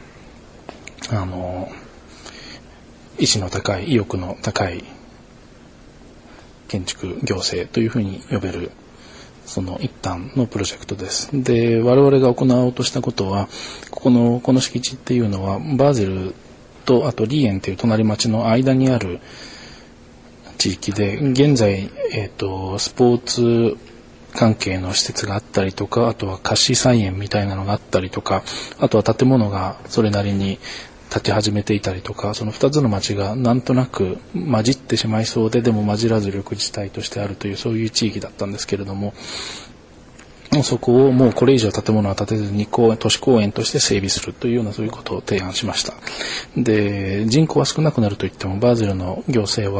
Speaker 3: 意志の高い、意欲の高い建築行政というふうに呼べる、その一端のプロジェクトです。で、我々が行おうとしたことは、この敷地っていうのは、バーゼルと、あとリーエンという隣町の間にある地域で、現在、スポーツ関係の施設があったりとか、あとは貸し菜園みたいなのがあったりとか、あとは建物がそれなりに立ち始めていたりとか、その2つの町がなんとなく混じってしまいそうで、でも混じらず緑地帯としてあるという、そういう地域だったんですけれども、そこをもうこれ以上建物は建てずに都市公園として整備するというような、そういうことを提案しました。で、人口は少なくなるといっても、バーゼルの行政は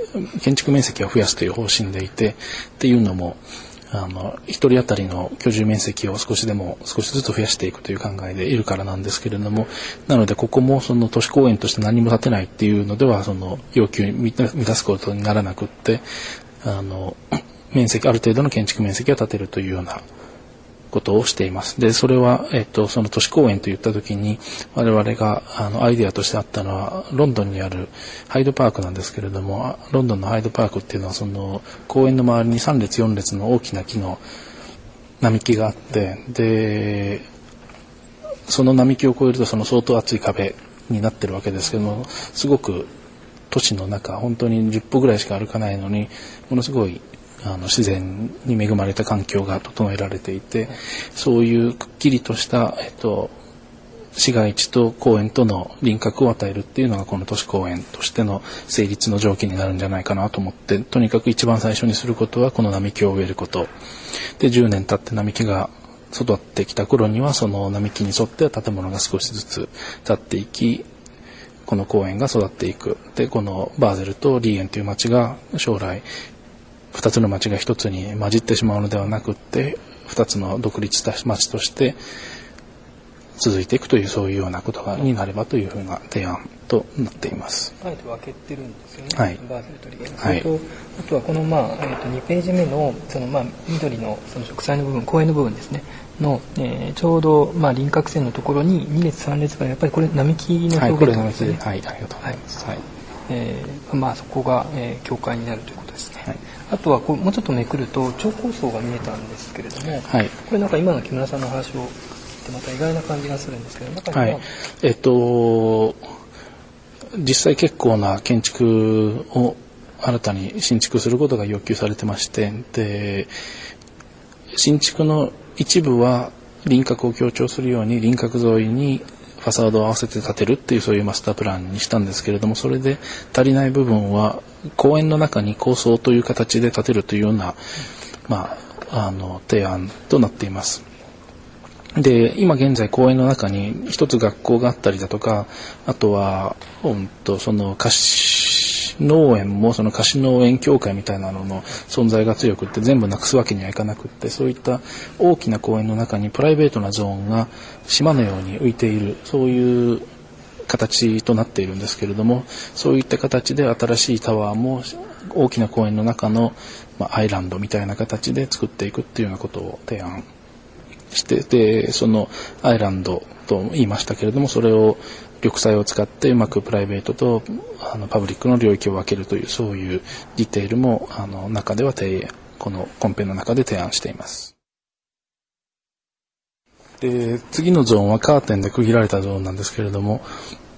Speaker 3: 建築面積を増やすという方針でいて、っていうのも一人当たりの居住面積を少しずつ増やしていくという考えでいるからなんですけれども、なのでここもその都市公園として何も建てないっていうのではその要求に満たすことにならなくって、面積ある程度の建築面積を建てるというようなことをしています。で、それは、その都市公園といったときに、我々が、アイデアとしてあったのは、ロンドンにあるハイドパークなんですけれども、ロンドンのハイドパークっていうのは、その、公園の周りに3列4列の大きな木の並木があって、で、その並木を越えると、その相当厚い壁になってるわけですけども、すごく都市の中、本当に10歩ぐらいしか歩かないのに、ものすごい、自然に恵まれた環境が整えられていて、そういうくっきりとした、市街地と公園との輪郭を与えるっていうのがこの都市公園としての成立の条件になるんじゃないかなと思って、とにかく一番最初にすることはこの並木を植えること。で、10年経って並木が育ってきた頃にはその並木に沿って建物が少しずつ建っていき、この公園が育っていく。で、このバーゼルとリーエンという町が将来、二つの町が一つに混じってしまうのではなくって、二つの独立した町として続いていくという、そういうようなことになればというふうな提案となっています。
Speaker 2: あえて分けてるんですよね。
Speaker 3: はい、
Speaker 2: バーゼルとリーエン。それと、あとはこの2ページ目のその緑のその植栽の部分、公園の部分ですね。の、ちょうど輪郭線のところに2列3列からやっぱりこれ並木の表現ですね。
Speaker 3: はい、ありがとうございます。はい。
Speaker 2: そこが、境界になるということですね。はい、あとはもうちょっとめくると超高層が見えたんですけれども、はい、これなんか今の木村さんの話を聞いてまた意外な感じがするんですけど、中には、はい、
Speaker 3: 実際結構な建築を新たに新築することが要求されてまして、で新築の一部は輪郭を強調するように輪郭沿いにファサードを合わせて建てるっていうそういうマスタープランにしたんですけれども、それで足りない部分は公園の中に高層という形で建てるというような、提案となっています。で、今現在公園の中に一つ学校があったりだとか、あとはその貸し農園もその貸し農園協会みたいなのの存在が強くって全部なくすわけにはいかなくって、そういった大きな公園の中にプライベートなゾーンが島のように浮いている、そういう形となっているんですけれども、そういった形で新しいタワーも大きな公園の中の、アイランドみたいな形で作っていくっていうようなことを提案して、でそのアイランドと言いましたけれども、それを緑栽を使ってうまくプライベートとパブリックの領域を分けるという、そういうディテールも中ではこのコンペの中で提案しています。で、次のゾーンはカーテンで区切られたゾーンなんですけれども、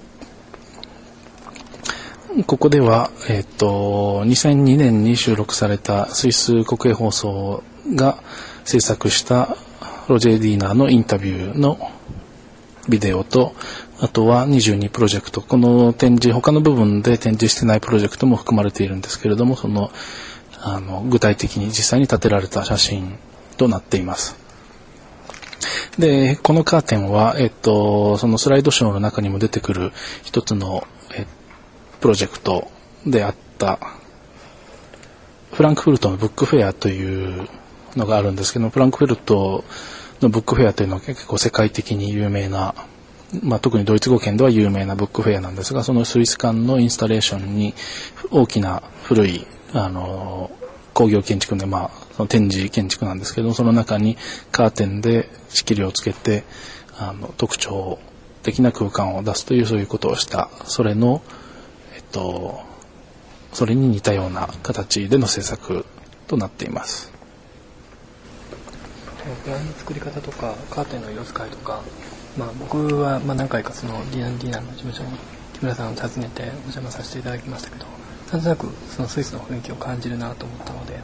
Speaker 3: ここでは、2002年に収録されたスイス国営放送が制作したロジェー・ディーナーのインタビューのビデオと、あとは22プロジェクト、この展示、他の部分で展示してないプロジェクトも含まれているんですけれども、具体的に実際に立てられた写真となっています。で、このカーテンは、そのスライドショーの中にも出てくる一つの、プロジェクトであったフランクフルトのブックフェアというのがあるんですけども、フランクフルトのブックフェアというのは結構世界的に有名な、特にドイツ語圏では有名なブックフェアなんですが、そのスイス館のインスタレーションに大きな古い工業建築で、その展示建築なんですけど、その中にカーテンで仕切りをつけて特徴的な空間を出すという、そういうことをした、それのそれに似たような形での制作となっています。
Speaker 2: プランの作り方とかカーテンの色使いとか、僕は何回かそのディナーの事務所に木村さんを訪ねてお邪魔させていただきましたけど、なんとなくそのスイスの雰囲気を感じるなと思ったので、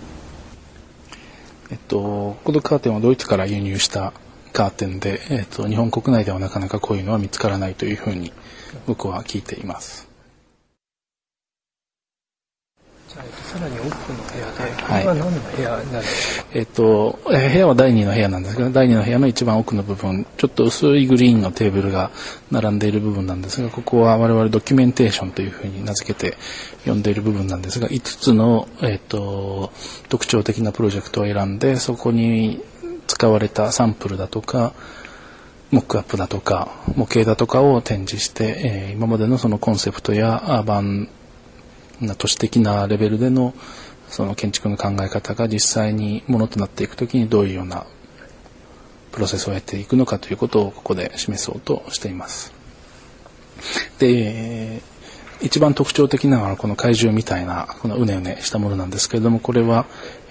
Speaker 3: このカーテンはドイツから輸入したカーテンで、日本国内ではなかなかこういうのは見つからないというふうに僕は聞いています。
Speaker 2: じさらに奥の部屋で、これは何の部屋になるんですか？
Speaker 3: 部屋は第2の部屋なんですが、第2の部屋の一番奥の部分、ちょっと薄いグリーンのテーブルが並んでいる部分なんですが、ここは我々ドキュメンテーションというふうに名付けて呼んでいる部分なんですが、5つの、特徴的なプロジェクトを選んで、そこに使われたサンプルだとか、モックアップだとか、模型だとかを展示して、今までのそのコンセプトやアーバンな都市的なレベルでのその建築の考え方が実際にものとなっていくときにどういうようなプロセスをやっていくのかということをここで示そうとしています。で、一番特徴的なのはこの怪獣みたいなこのうねうねしたものなんですけれども、これは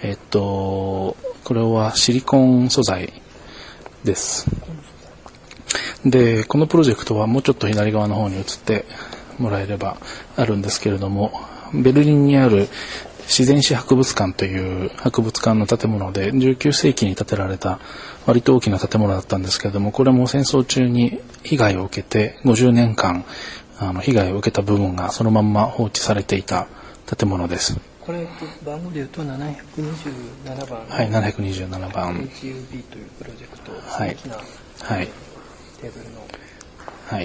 Speaker 3: シリコン素材です。で、このプロジェクトはもうちょっと左側の方に移ってもらえればあるんですけれども、ベルリンにある自然史博物館という博物館の建物で19世紀に建てられた割と大きな建物だったんですけれども、これも戦争中に被害を受けて50年間被害を受けた部分がそのまんま放置されていた建物です。
Speaker 2: これ番号でいうと727番、
Speaker 3: はい、727番
Speaker 2: HUB というプロジェクト、
Speaker 3: はい、はい、
Speaker 2: テーブルの、
Speaker 3: はい。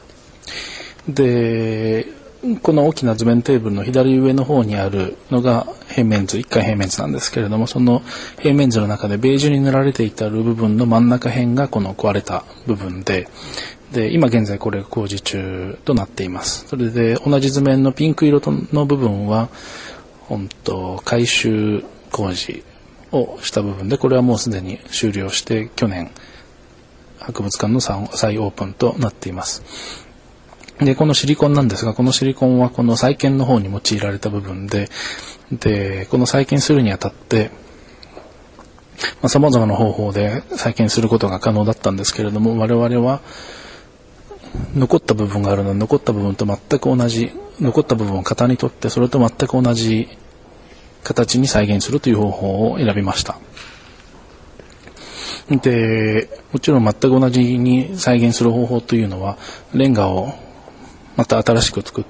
Speaker 3: で、この大きな図面テーブルの左上の方にあるのが平面図、1階平面図なんですけれども、その平面図の中でベージュに塗られていた部分の真ん中辺がこの壊れた部分で、今現在これ工事中となっています。それで同じ図面のピンク色の部分は改修工事をした部分で、これはもうすでに終了して去年博物館の再オープンとなっています。で、このシリコンなんですが、このシリコンはこの再建の方に用いられた部分で、この再建するにあたって、様々な方法で再建することが可能だったんですけれども、我々は残った部分があるので、残った部分と全く同じ、残った部分を型にとってそれと全く同じ形に再現するという方法を選びました。で、もちろん全く同じに再現する方法というのは、レンガをまた新しく作って、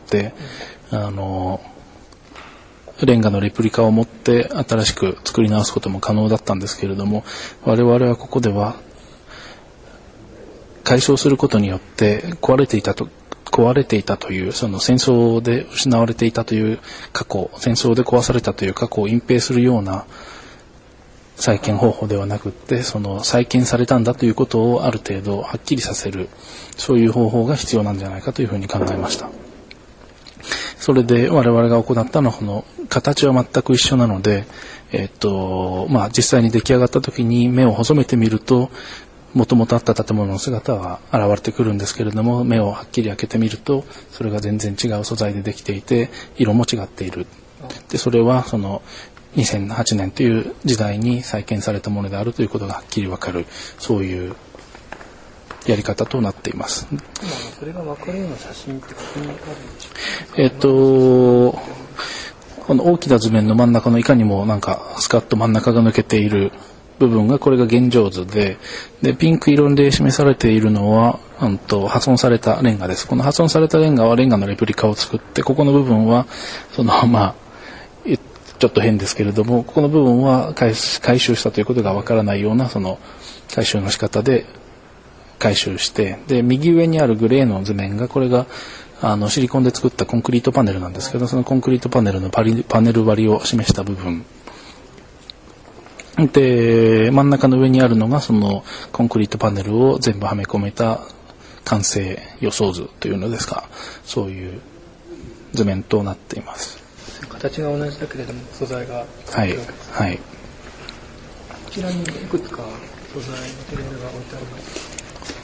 Speaker 3: レンガのレプリカを持って新しく作り直すことも可能だったんですけれども、我々はここでは解消することによって壊れていたという、その戦争で失われていたという過去、戦争で壊されたという過去を隠蔽するような再建方法ではなくって、その再建されたんだということをある程度はっきりさせる、そういう方法が必要なんじゃないかというふうに考えました。それで我々が行ったのは、この形は全く一緒なので、実際に出来上がった時に目を細めてみると、もともとあった建物の姿は現れてくるんですけれども、目をはっきり開けてみると、それが全然違う素材でできていて、色も違っている。で、それはその2008年という時代に再建されたものであるということがはっきりわかる、そういうやり方となっています。
Speaker 2: それが分かるような写真ってここにあるんでしょうか？
Speaker 3: この大きな図面の真ん中のいかにもなんかスカッと真ん中が抜けている部分が、これが現状図で、ピンク色で示されているのは破損されたレンガです。この破損されたレンガはレンガのレプリカを作って、ここの部分はそのちょっと変ですけれども、ここの部分は回収したということがわからないようなその回収の仕方で回収して、で右上にあるグレーの図面が、これがシリコンで作ったコンクリートパネルなんですけど、そのコンクリートパネルのパネル割りを示した部分で、真ん中の上にあるのがそのコンクリートパネルを全部はめ込めた完成予想図というのですか、そういう図面となっています。
Speaker 2: 形が同じだけれども素材が
Speaker 3: はい、はい、
Speaker 2: こちらにいくつか素材マテリアルが置いてあります。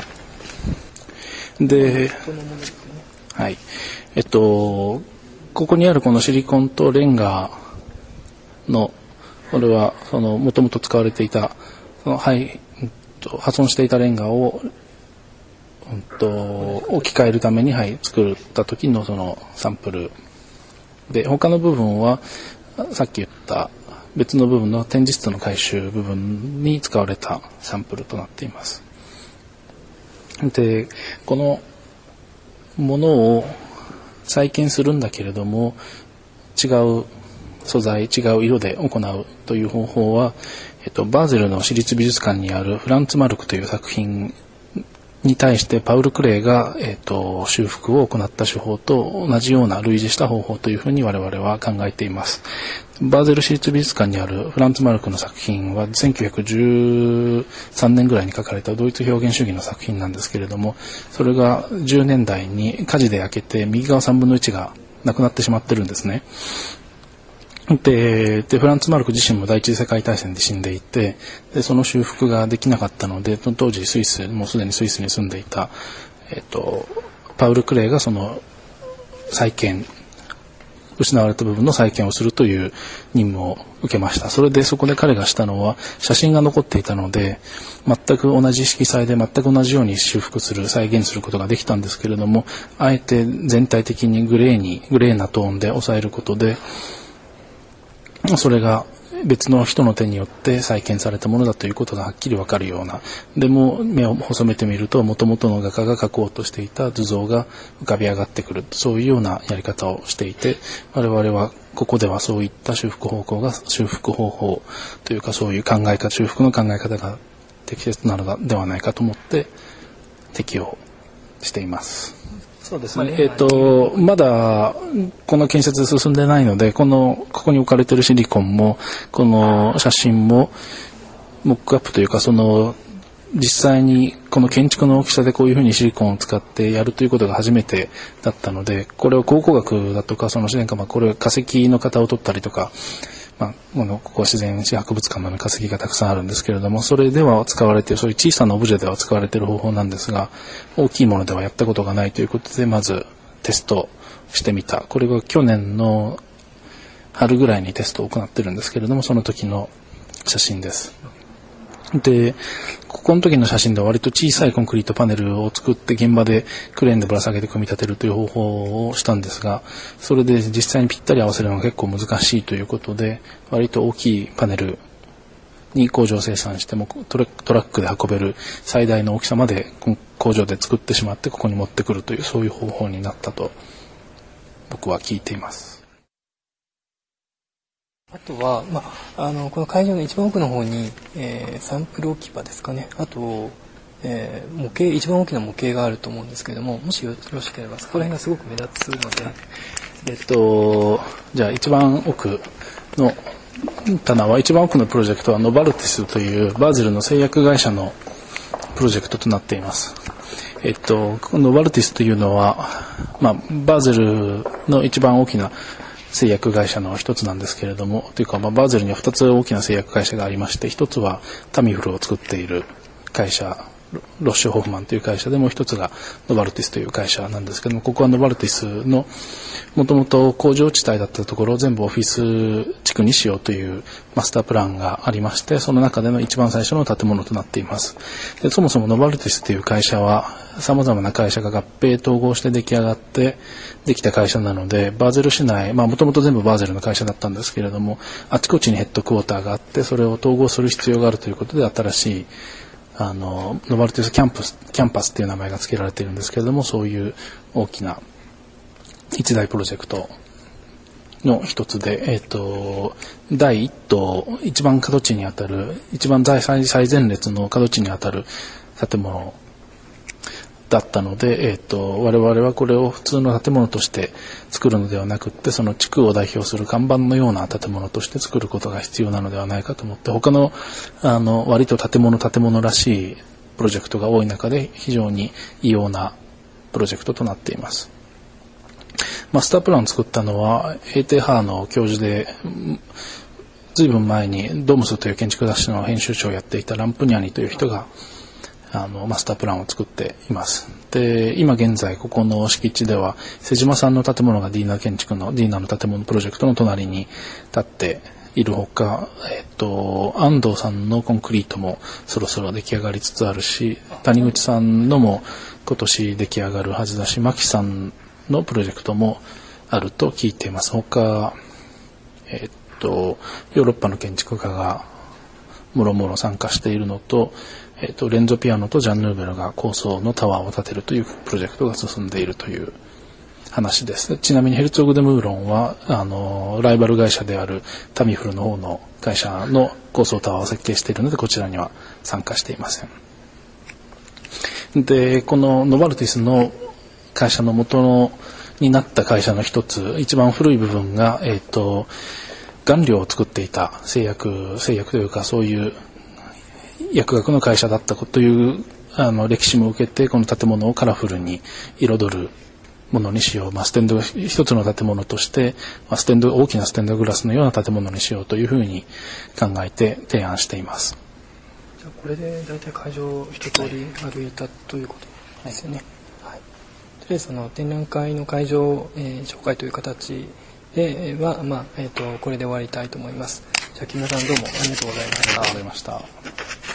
Speaker 3: で、はい、ここにあるこのシリコンとレンガの、これはその元々使われていたその破損していたレンガを置き換えるために、作った時のそのサンプルで、他の部分はさっき言った別の部分の展示室の改修部分に使われたサンプルとなっています。で、このものを再建するんだけれども、違う素材、違う色で行うという方法は、バーゼルの市立美術館にあるフランツ・マルクという作品に対してパウル・クレイが、修復を行った手法と同じような類似した方法というふうに我々は考えています。バーゼル市立美術館にあるフランツ・マルクの作品は1913年ぐらいに描かれたドイツ表現主義の作品なんですけれども、それが10年代に火事で焼けて右側3分の1がなくなってしまってるんですね。でフランツ・マルク自身も第一次世界大戦で死んでいて、でその修復ができなかったので、当時もうすでにスイスに住んでいた、パウル・クレイがその再建、失われた部分の再建をするという任務を受けました。そこで彼がしたのは、写真が残っていたので、全く同じ色彩で全く同じように修復する、再現することができたんですけれども、あえて全体的にグレーなトーンで抑えることで、それが別の人の手によって再建されたものだということがはっきりわかるような、でも目を細めてみると元々の画家が描こうとしていた図像が浮かび上がってくる、そういうようなやり方をしていて、我々はここではそういった修復方法というか、そういう修復の考え方が適切なのではないかと思って適用しています。そうですね。まだこの建設進んでないので、ここに置かれているシリコンも、この写真も、モックアップというか、実際にこの建築の大きさでこういうふうにシリコンを使ってやるということが初めてだったので、これを考古学だとか、自然か、これ化石の型を取ったりとか、ここは自然史博物館の化石がたくさんあるんですけれども、それでは使われている、そういう小さなオブジェでは使われている方法なんですが、大きいものではやったことがないということで、まずテストしてみた。これが去年の春ぐらいにテストを行っているんですけれども、その時の写真です。で、ここの時の写真では割と小さいコンクリートパネルを作って現場でクレーンでぶら下げて組み立てるという方法をしたんですが、それで実際にぴったり合わせるのが結構難しいということで、割と大きいパネルに工場生産してもトラックで運べる最大の大きさまで工場で作ってしまってここに持ってくるという、そういう方法になったと僕は聞いています。
Speaker 2: あとは、この会場の一番奥の方に、サンプル置き場ですかね。あと、一番大きな模型があると思うんですけれども、もしよろしければ、そこら辺がすごく目立つので。
Speaker 3: じゃあ一番奥の棚は、一番奥のプロジェクトはノバルティスというバーゼルの製薬会社のプロジェクトとなっています。ノバルティスというのは、バーゼルの一番大きな製薬会社の一つなんですけれども、というか、バーゼルには2つ大きな製薬会社がありまして、一つはタミフルを作っている会社、ロッシュホフマンという会社で、もう一つがノバルティスという会社なんですけども、ここはノバルティスのもともと工場地帯だったところを全部オフィス地区にしようというマスタープランがありまして、その中での一番最初の建物となっています。で、そもそもノバルティスという会社は様々な会社が合併統合して出来上がってできた会社なので、バーゼル市内、もともと全部バーゼルの会社だったんですけれども、あちこちにヘッドクォーターがあって、それを統合する必要があるということで、新しいノバルティスキャンパスっていう名前が付けられているんですけれども、そういう大きな一大プロジェクトの一つで、第一棟、一番角地にあたる、一番最前列の角地にあたる建物だったので、我々はこれを普通の建物として作るのではなくって、その地区を代表する看板のような建物として作ることが必要なのではないかと思って、他の割と建物らしいプロジェクトが多い中で非常に異様なプロジェクトとなっています。マスタープランを作ったのはETHの教授で、ずいぶん前にドムスという建築雑誌の編集長をやっていたランプニャニという人がマスタープランを作っています。で、今現在ここの敷地では瀬島さんの建物がディーナの建物プロジェクトの隣に立っているほか、安藤さんのコンクリートもそろそろ出来上がりつつあるし、谷口さんのも今年出来上がるはずだし、牧さんのプロジェクトもあると聞いています。他、ヨーロッパの建築家がもろもろ参加しているのと、レンゾピアノとジャン・ヌーベルが高層のタワーを建てるというプロジェクトが進んでいるという話です。ちなみにヘルツォグ・デ・ムーロンはライバル会社であるタミフルの方の会社の高層タワーを設計しているので、こちらには参加していません。で、このノバルティスの会社の元になった会社の一つ、一番古い部分が、顔料を作っていた製薬というか、そういう薬学の会社だったという歴史も受けて、この建物をカラフルに彩るものにしよう、ステンド一つの建物として、大きなステンドグラスのような建物にしようというふうに考えて提案しています。
Speaker 2: じゃあこれで大体会場を一通り歩いたということですよね。はい、とりあえず展覧会の会場、紹介という形では、これで終わりたいと思います。じゃあ木村さん、どうもありがとうございました。
Speaker 3: ありがとうございました。